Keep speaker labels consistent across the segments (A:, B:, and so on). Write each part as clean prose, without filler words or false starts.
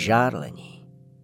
A: žárlení.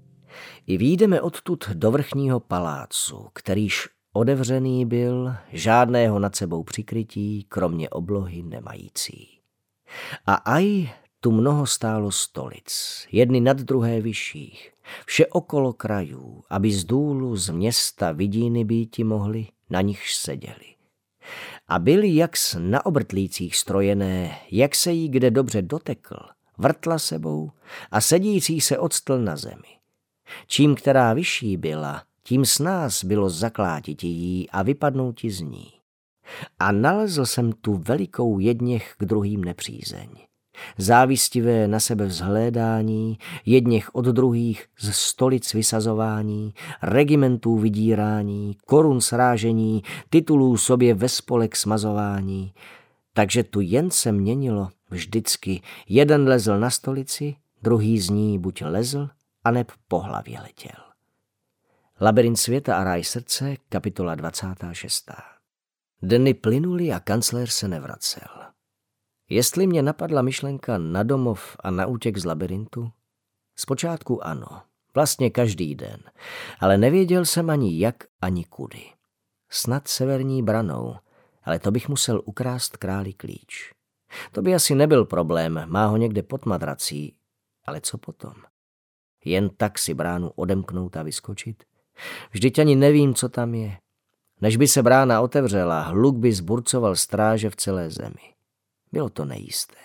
A: I výjdeme odtud do vrchního palácu, kterýž otevřený byl, žádného nad sebou přikrytí, kromě oblohy nemající. A aj tu mnoho stálo stolic, jedny nad druhé vyšších, vše okolo krajů, aby z důlu z města vidíny býti mohli, na nichž seděli. A byly jaks na obrtlících strojené, jak se jí kde dobře dotekl, vrtla sebou a sedící se odstl na zemi. Čím která vyšší byla, tím snáz bylo zaklátiti jí a vypadnouti z ní. A nalezl jsem tu velikou jedněch k druhým nepřízeň. Závistivé na sebe vzhlédání, jedněch od druhých z stolic vysazování, regimentů vydírání, korun srážení, titulů sobě ve spolek smazování. Takže tu jen se měnilo vždycky. Jeden lezl na stolici, druhý z ní buď lezl, aneb po hlavě letěl. Labyrint světa a ráj srdce, kapitola 26. Dny plynuly a kancléř se nevracel. Jestli mě napadla myšlenka na domov a na útěk z labyrintu? Zpočátku ano, vlastně každý den, ale nevěděl jsem ani jak, ani kudy. Snad severní branou, ale to bych musel ukrást králi klíč. To by asi nebyl problém, má ho někde pod madrací, ale co potom? Jen tak si bránu odemknout a vyskočit? Vždyť ani nevím, co tam je. Než by se brána otevřela, hluk by zburcoval stráže v celé zemi. Bylo to nejisté.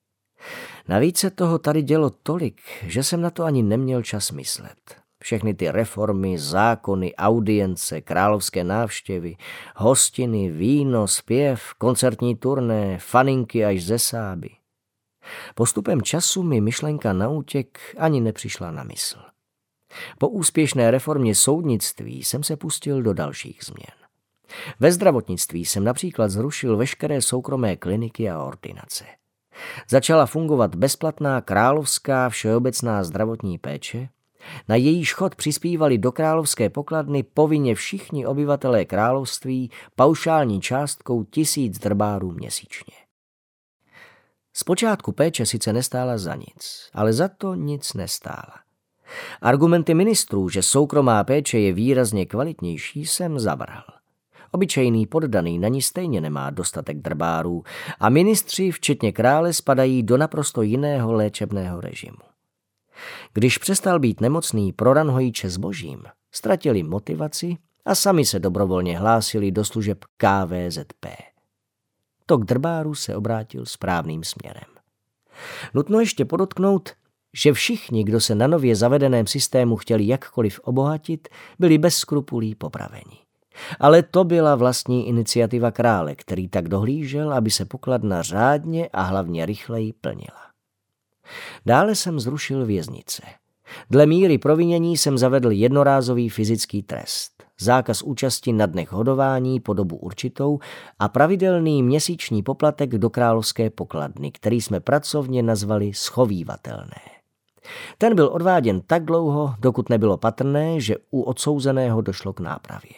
A: Navíc se toho tady dělo tolik, že jsem na to ani neměl čas myslet. Všechny ty reformy, zákony, audience, královské návštěvy, hostiny, víno, zpěv, koncertní turné, faninky až ze Sáby. Postupem času mi myšlenka na útěk ani nepřišla na mysl. Po úspěšné reformě soudnictví jsem se pustil do dalších změn. Ve zdravotnictví jsem například zrušil veškeré soukromé kliniky a ordinace. Začala fungovat bezplatná královská všeobecná zdravotní péče, na jejíž chod přispívali do královské pokladny povinně všichni obyvatelé království paušální částkou 1000 drbárů měsíčně. Zpočátku péče sice nestála za nic, ale za to nic nestála. Argumenty ministrů, že soukromá péče je výrazně kvalitnější, jsem zavrhl. Obyčejný poddaný na ní stejně nemá dostatek drbárů a ministři, včetně krále, spadají do naprosto jiného léčebného režimu. Když přestal být nemocný pro ranhojíče zbožím, ztratili motivaci a sami se dobrovolně hlásili do služeb KVZP. Tok drbárů se obrátil správným směrem. Nutno ještě podotknout, že všichni, kdo se na nově zavedeném systému chtěli jakkoliv obohatit, byli bez skrupulí popraveni. Ale to byla vlastní iniciativa krále, který tak dohlížel, aby se pokladna řádně a hlavně rychleji plnila. Dále jsem zrušil věznice. Dle míry provinění jsem zavedl jednorázový fyzický trest, zákaz účasti na dnech hodování po dobu určitou a pravidelný měsíční poplatek do královské pokladny, který jsme pracovně nazvali schovívatelné. Ten byl odváděn tak dlouho, dokud nebylo patrné, že u odsouzeného došlo k nápravě.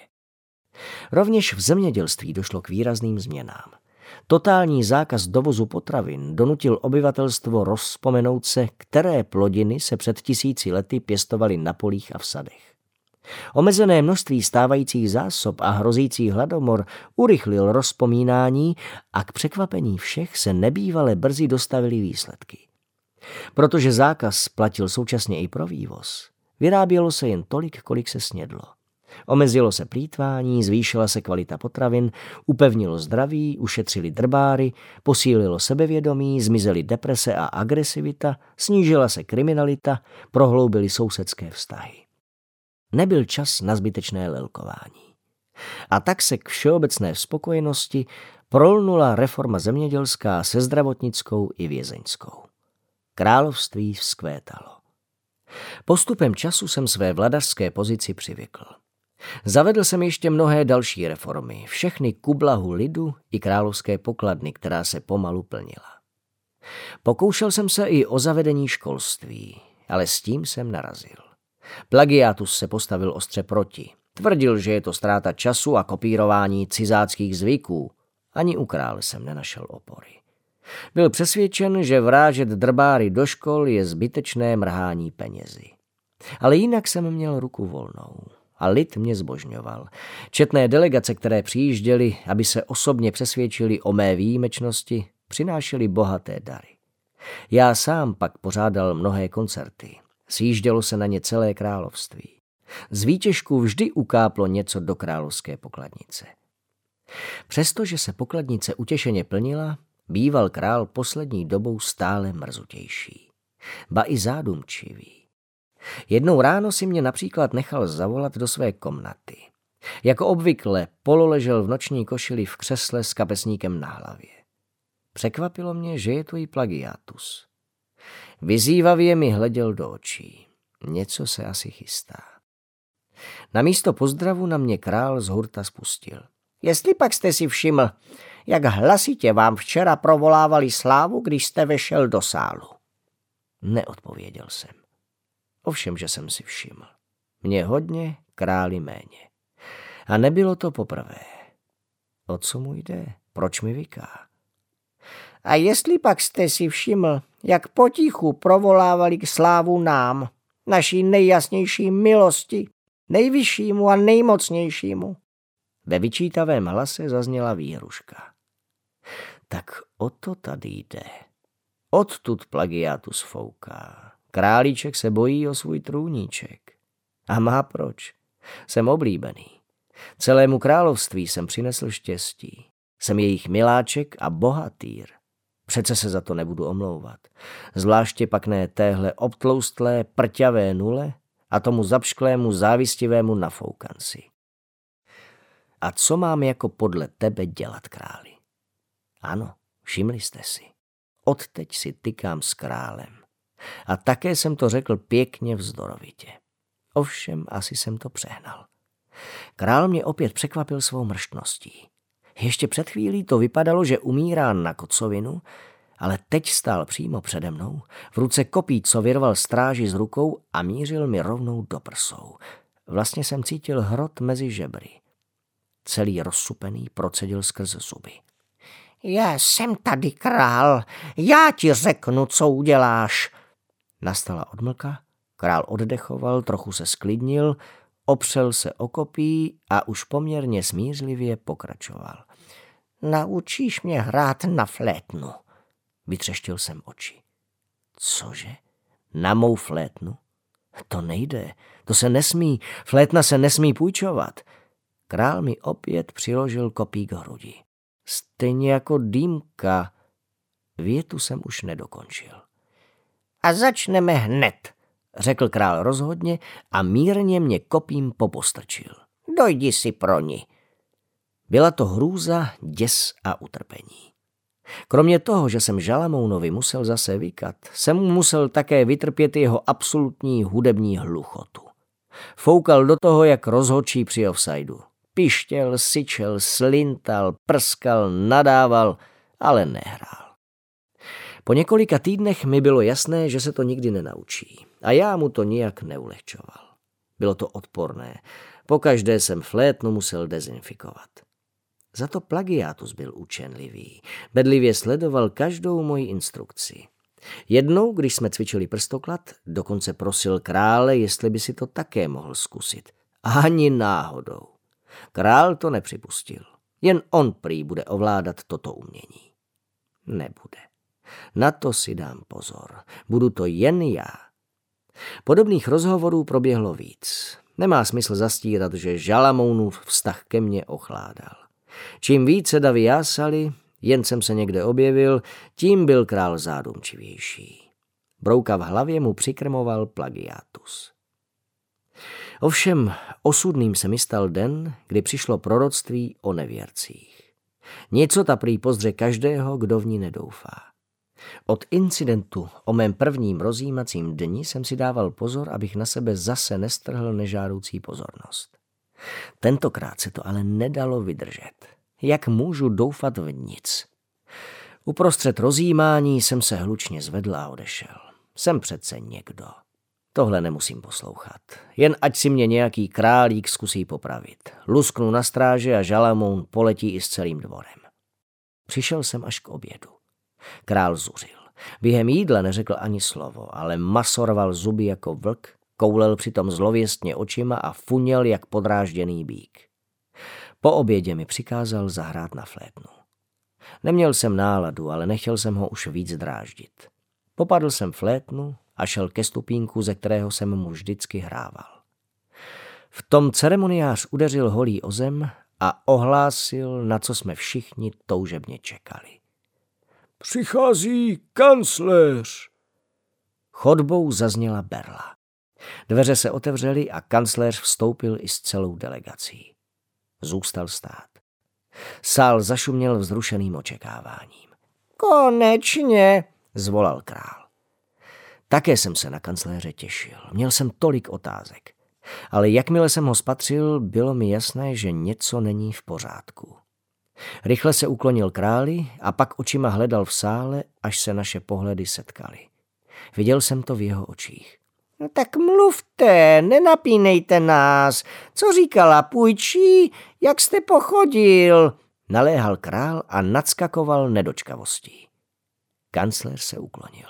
A: Rovněž v zemědělství došlo k výrazným změnám. Totální zákaz dovozu potravin donutil obyvatelstvo rozpomenout se, které plodiny se před 1000 lety pěstovaly na polích a v sadech. Omezené množství stávajících zásob a hrozící hladomor urychlil rozpomínání a k překvapení všech se nebývale brzy dostavily výsledky. Protože zákaz platil současně i pro vývoz, vyrábělo se jen tolik, kolik se snědlo. Omezilo se plýtvání, zvýšila se kvalita potravin, upevnilo zdraví, ušetřili drbáry, posílilo sebevědomí, zmizely deprese a agresivita, snížila se kriminalita, prohloubily sousedské vztahy. Nebyl čas na zbytečné lelkování. A tak se k všeobecné spokojenosti prolnula reforma zemědělská se zdravotnickou i vězeňskou. Království vzkvétalo. Postupem času jsem své vladařské pozici přivykl. Zavedl jsem ještě mnohé další reformy, všechny ku blahu lidu i královské pokladny, která se pomalu plnila. Pokoušel jsem se i o zavedení školství, ale s tím jsem narazil. Plagiátus se postavil ostře proti. Tvrdil, že je to ztráta času a kopírování cizáckých zvyků. Ani u krále jsem nenašel opory. Byl přesvědčen, že vrážet drbáry do škol je zbytečné mrhání penězi. Ale jinak jsem měl ruku volnou a lid mě zbožňoval. Četné delegace, které přijížděly, aby se osobně přesvědčili o mé výjimečnosti, přinášely bohaté dary. Já sám pak pořádal mnohé koncerty. Sjíždělo se na ně celé království. Z výtěžků vždy ukáplo něco do královské pokladnice. Přestože se pokladnice utěšeně plnila, býval král poslední dobou stále mrzutější. Ba i zádumčivý. Jednou ráno si mě například nechal zavolat do své komnaty. Jako obvykle pololežel v noční košili v křesle s kapesníkem na hlavě. Překvapilo mě, že je to i Plagiatus. Vyzývavě mi hleděl do očí. Něco se asi chystá. Na místo pozdravu na mě král z hurta spustil. Jestli pak jste si všiml, jak hlasitě vám včera provolávali slávu, když jste vešel do sálu. Neodpověděl jsem. Ovšem, že jsem si všiml. Mě hodně, králi méně. A nebylo to poprvé. O co mu jde? Proč mi vyká? A jestli pak jste si všiml, jak potichu provolávali k slávu nám, naší nejjasnější milosti, nejvyššímu a nejmocnějšímu. Ve vyčítavém hlase zazněla výhruška. Tak o to tady jde. Odtud Plagiatus fouká. Králíček se bojí o svůj trůníček. A má proč. Jsem oblíbený. Celému království jsem přinesl štěstí. Jsem jejich miláček a bohatýr. Přece se za to nebudu omlouvat. Zvláště pak ne téhle obtloustlé, prťavé nule a tomu zapšklému, závistivému nafoukanci. A co mám jako podle tebe dělat, králi? Ano, všimli jste si. Odteď si tykám s králem. A také jsem to řekl pěkně vzdorovitě. Ovšem, asi jsem to přehnal. Král mě opět překvapil svou mrštností. Ještě před chvílí to vypadalo, že umírá na kocovinu, ale teď stál přímo přede mnou, v ruce kopí, co vyrval stráži z rukou a mířil mi rovnou do prsou. Vlastně jsem cítil hrot mezi žebry. Celý rozsupený procedil skrz zuby. Já jsem tady král, já ti řeknu, co uděláš. Nastala odmlka, král oddechoval, trochu se sklidnil, opřel se o kopí a už poměrně smířlivě pokračoval. Naučíš mě hrát na flétnu. Vytřeštil jsem oči. Cože? Na mou flétnu? To nejde, to se nesmí, flétna se nesmí půjčovat. Král mi opět přiložil kopí k hrudi. Stejně jako dýmka. Větu jsem už nedokončil. A začneme hned, řekl král rozhodně a mírně mě kopím popostrčil. Dojdi si pro ní. Byla to hrůza, děs a utrpení. Kromě toho, že jsem Žalamounovi musel zase vykat, jsem mu musel také vytrpět jeho absolutní hudební hluchotu. Foukal do toho, jak rozhodčí při offsideu. Pištěl, syčel, slintal, prskal, nadával, ale nehrál. Po několika týdnech mi bylo jasné, že se to nikdy nenaučí a já mu to nijak neulehčoval. Bylo to odporné. Pokaždé jsem flétnu musel dezinfikovat. Za to Plagiatus byl učenlivý. Bedlivě sledoval každou moji instrukci. Jednou, když jsme cvičili prstoklad, dokonce prosil krále, jestli by si to také mohl zkusit. Ani náhodou. Král to nepřipustil. Jen on prý bude ovládat toto umění. Nebude. Na to si dám pozor. Budu to jen já. Podobných rozhovorů proběhlo víc. Nemá smysl zastírat, že Žalamounův vztah ke mně ochládal. Čím více davy jásali, jen jsem se někde objevil, tím byl král zádumčivější. Brouka v hlavě mu přikrmoval Plagiatus. Ovšem osudným se mi stal den, kdy přišlo proroctví o nevěrcích. Nicota prý pozdře každého, kdo v ní nedoufá. Od incidentu o mém prvním rozjímacím dni jsem si dával pozor, abych na sebe zase nestrhl nežádoucí pozornost. Tentokrát se to ale nedalo vydržet. Jak můžu doufat v nic? Uprostřed rozjímání jsem se hlučně zvedl a odešel. Jsem přece někdo. Tohle nemusím poslouchat. Jen ať si mě nějaký králík zkusí popravit. Lusknu na stráže a Žalamoun poletí i s celým dvorem. Přišel jsem až k obědu. Král zuřil. Během jídla neřekl ani slovo, ale masorval zuby jako vlk, koulel přitom zlověstně očima a funěl jak podrážděný býk. Po obědě mi přikázal zahrát na flétnu. Neměl jsem náladu, ale nechtěl jsem ho už víc dráždit. Popadl jsem flétnu a šel ke stupínku, ze kterého jsem mu vždycky hrával. V tom ceremoniář udeřil holí o zem a ohlásil, na co jsme všichni toužebně čekali.
B: Přichází kancléř.
A: Chodbou zazněla berla. Dveře se otevřely a kancléř vstoupil i s celou delegací. Zůstal stát. Sál zašuměl vzrušeným očekáváním. Konečně, zvolal král. Také jsem se na kancléře těšil. Měl jsem tolik otázek. Ale jakmile jsem ho spatřil, bylo mi jasné, že něco není v pořádku. Rychle se uklonil králi a pak očima hledal v sále, až se naše pohledy setkaly. Viděl jsem to v jeho očích. No tak mluvte, nenapínejte nás. Co říkala půjčí, jak jste pochodil? Naléhal král a nadskakoval nedočkavostí. Kancléř se uklonil.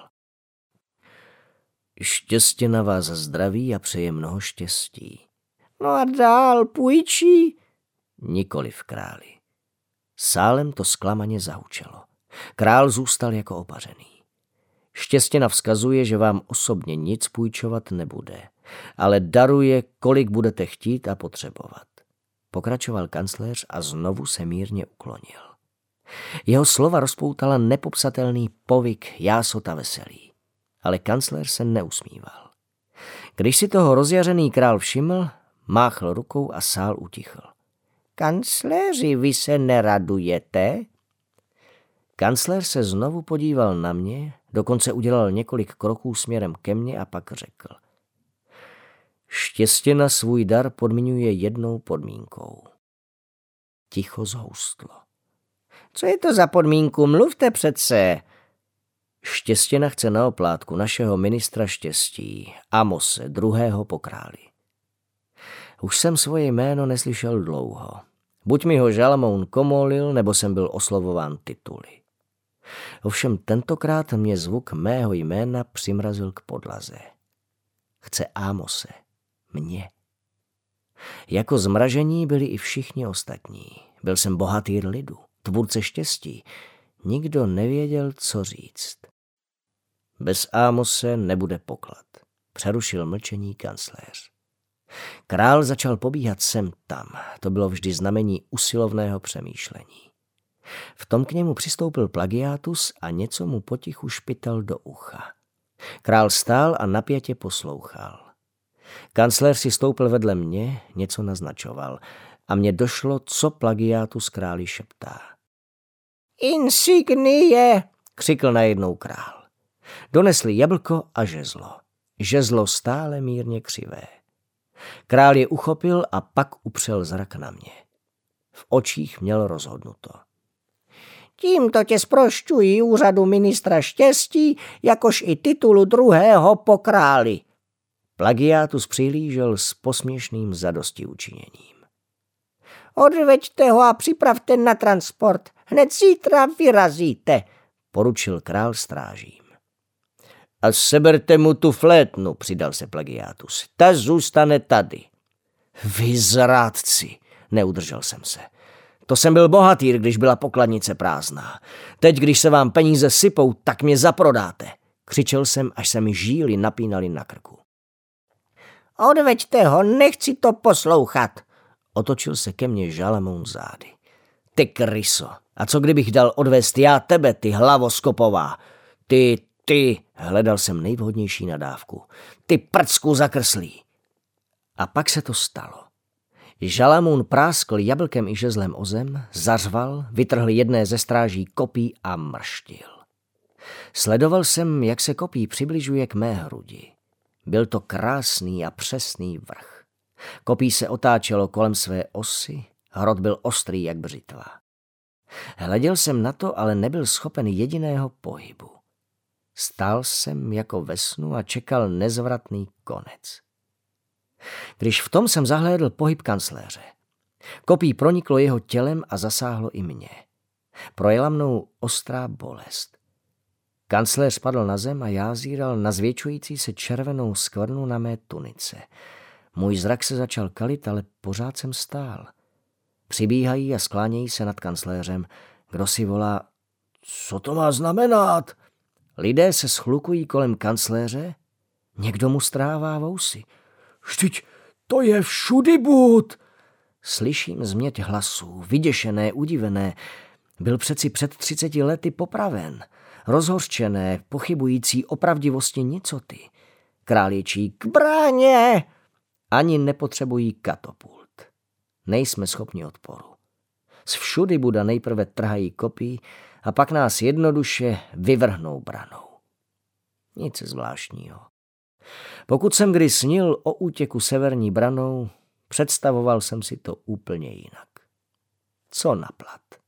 A: Štěstí na vás zdraví a přeje mnoho štěstí. No a dál půjčí? Nikoliv králi. Sálem to zklamaně zahučelo. Král zůstal jako opařený. Štěstěna vzkazuje, že vám osobně nic půjčovat nebude, ale daruje, kolik budete chtít a potřebovat. Pokračoval kancléř a znovu se mírně uklonil. Jeho slova rozpoutala nepopsatelný povyk jásota veselí. Ale kancléř se neusmíval. Když si toho rozjařený král všiml, máchl rukou a sál utichl. Kancléři, vy se neradujete? Kancléř se znovu podíval na mě, dokonce udělal několik kroků směrem ke mně a pak řekl. Štěstěna svůj dar podmiňuje jednou podmínkou. Ticho zhoustlo. Co je to za podmínku? Mluvte přece. Štěstěna chce na oplátku našeho ministra štěstí, Amose, druhého po králi. Už jsem svoje jméno neslyšel dlouho. Buď mi ho Žalamoun komolil, nebo jsem byl oslovován tituly. Ovšem tentokrát mě zvuk mého jména přimrazil k podlaze. Chce Amose, mě. Jako zmražení byli i všichni ostatní. Byl jsem bohatýr lidu, tvůrce štěstí. Nikdo nevěděl, co říct. Bez Amose nebude poklad, přerušil mlčení kancléř. Král začal pobíhat sem tam. To bylo vždy znamení usilovného přemýšlení. V tom k němu přistoupil Plagiátus a něco mu potichu špital do ucha. Král stál a napjatě poslouchal. Kancléř si stoupil vedle mě, něco naznačoval a mně došlo, co Plagiátus králi šeptá. Insignie, křikl najednou král. Donesli jablko a žezlo. Žezlo stále mírně křivé. Král je uchopil a pak upřel zrak na mě. V očích měl rozhodnuto. Tímto tě zprošťuji úřadu ministra štěstí, jakož i titulu druhého po králi. Plagiátus přihlížel s posměšným zadostiučiněním. Odveďte ho a připravte na transport. Hned zítra vyrazíte, poručil král strážím. A seberte mu tu flétnu, přidal se Plagiátus. Ta zůstane tady. Vy zrádci, neudržel jsem se. To jsem byl bohatýr, když byla pokladnice prázdná. Teď, když se vám peníze sypou, tak mě zaprodáte. Křičel jsem, až se mi žíly napínaly na krku. Odveďte ho, nechci to poslouchat. Otočil se ke mně Žalamoun zády. Ty kryso, a co kdybych dal odvést já tebe, ty hlavoskopová? Ty, hledal jsem nejvhodnější nadávku. Ty prcku zakrslí. A pak se to stalo. Žalamoun práskl jablkem i žezlem o zem, zařval, vytrhl jedné ze stráží kopí a mrštil. Sledoval jsem, jak se kopí přibližuje k mé hrudi. Byl to krásný a přesný vrch. Kopí se otáčelo kolem své osy, hrot byl ostrý jak břitva. Hleděl jsem na to, ale nebyl schopen jediného pohybu. Stál jsem jako ve snu a čekal nezvratný konec. Když v tom jsem zahlédl pohyb kancléře. Kopí proniklo jeho tělem a zasáhlo i mě. Projela mnou ostrá bolest. Kancléř spadl na zem a já zíral na zvětšující se červenou skvrnu na mé tunice. Můj zrak se začal kalit, ale pořád jsem stál. Přibíhají a sklánějí se nad kancléřem. Kdo si volá:
B: Co to má znamenat?
A: Lidé se schlukují kolem kancléře, někdo mu strhává vousy.
B: Vždyť to je všudybud!
A: Slyším změť hlasů, vyděšené, udivené. Byl přeci před 30 lety popraven. Rozhořčené, pochybující o pravdivosti nicoty. Králíčí: k bráně! Ani nepotřebují katapult. Nejsme schopni odporu. Z všudybuda nejprve trhají kopí a pak nás jednoduše vyvrhnou branou. Nic zvláštního. Pokud jsem kdy snil o útěku severní branou, představoval jsem si to úplně jinak. Co naplat.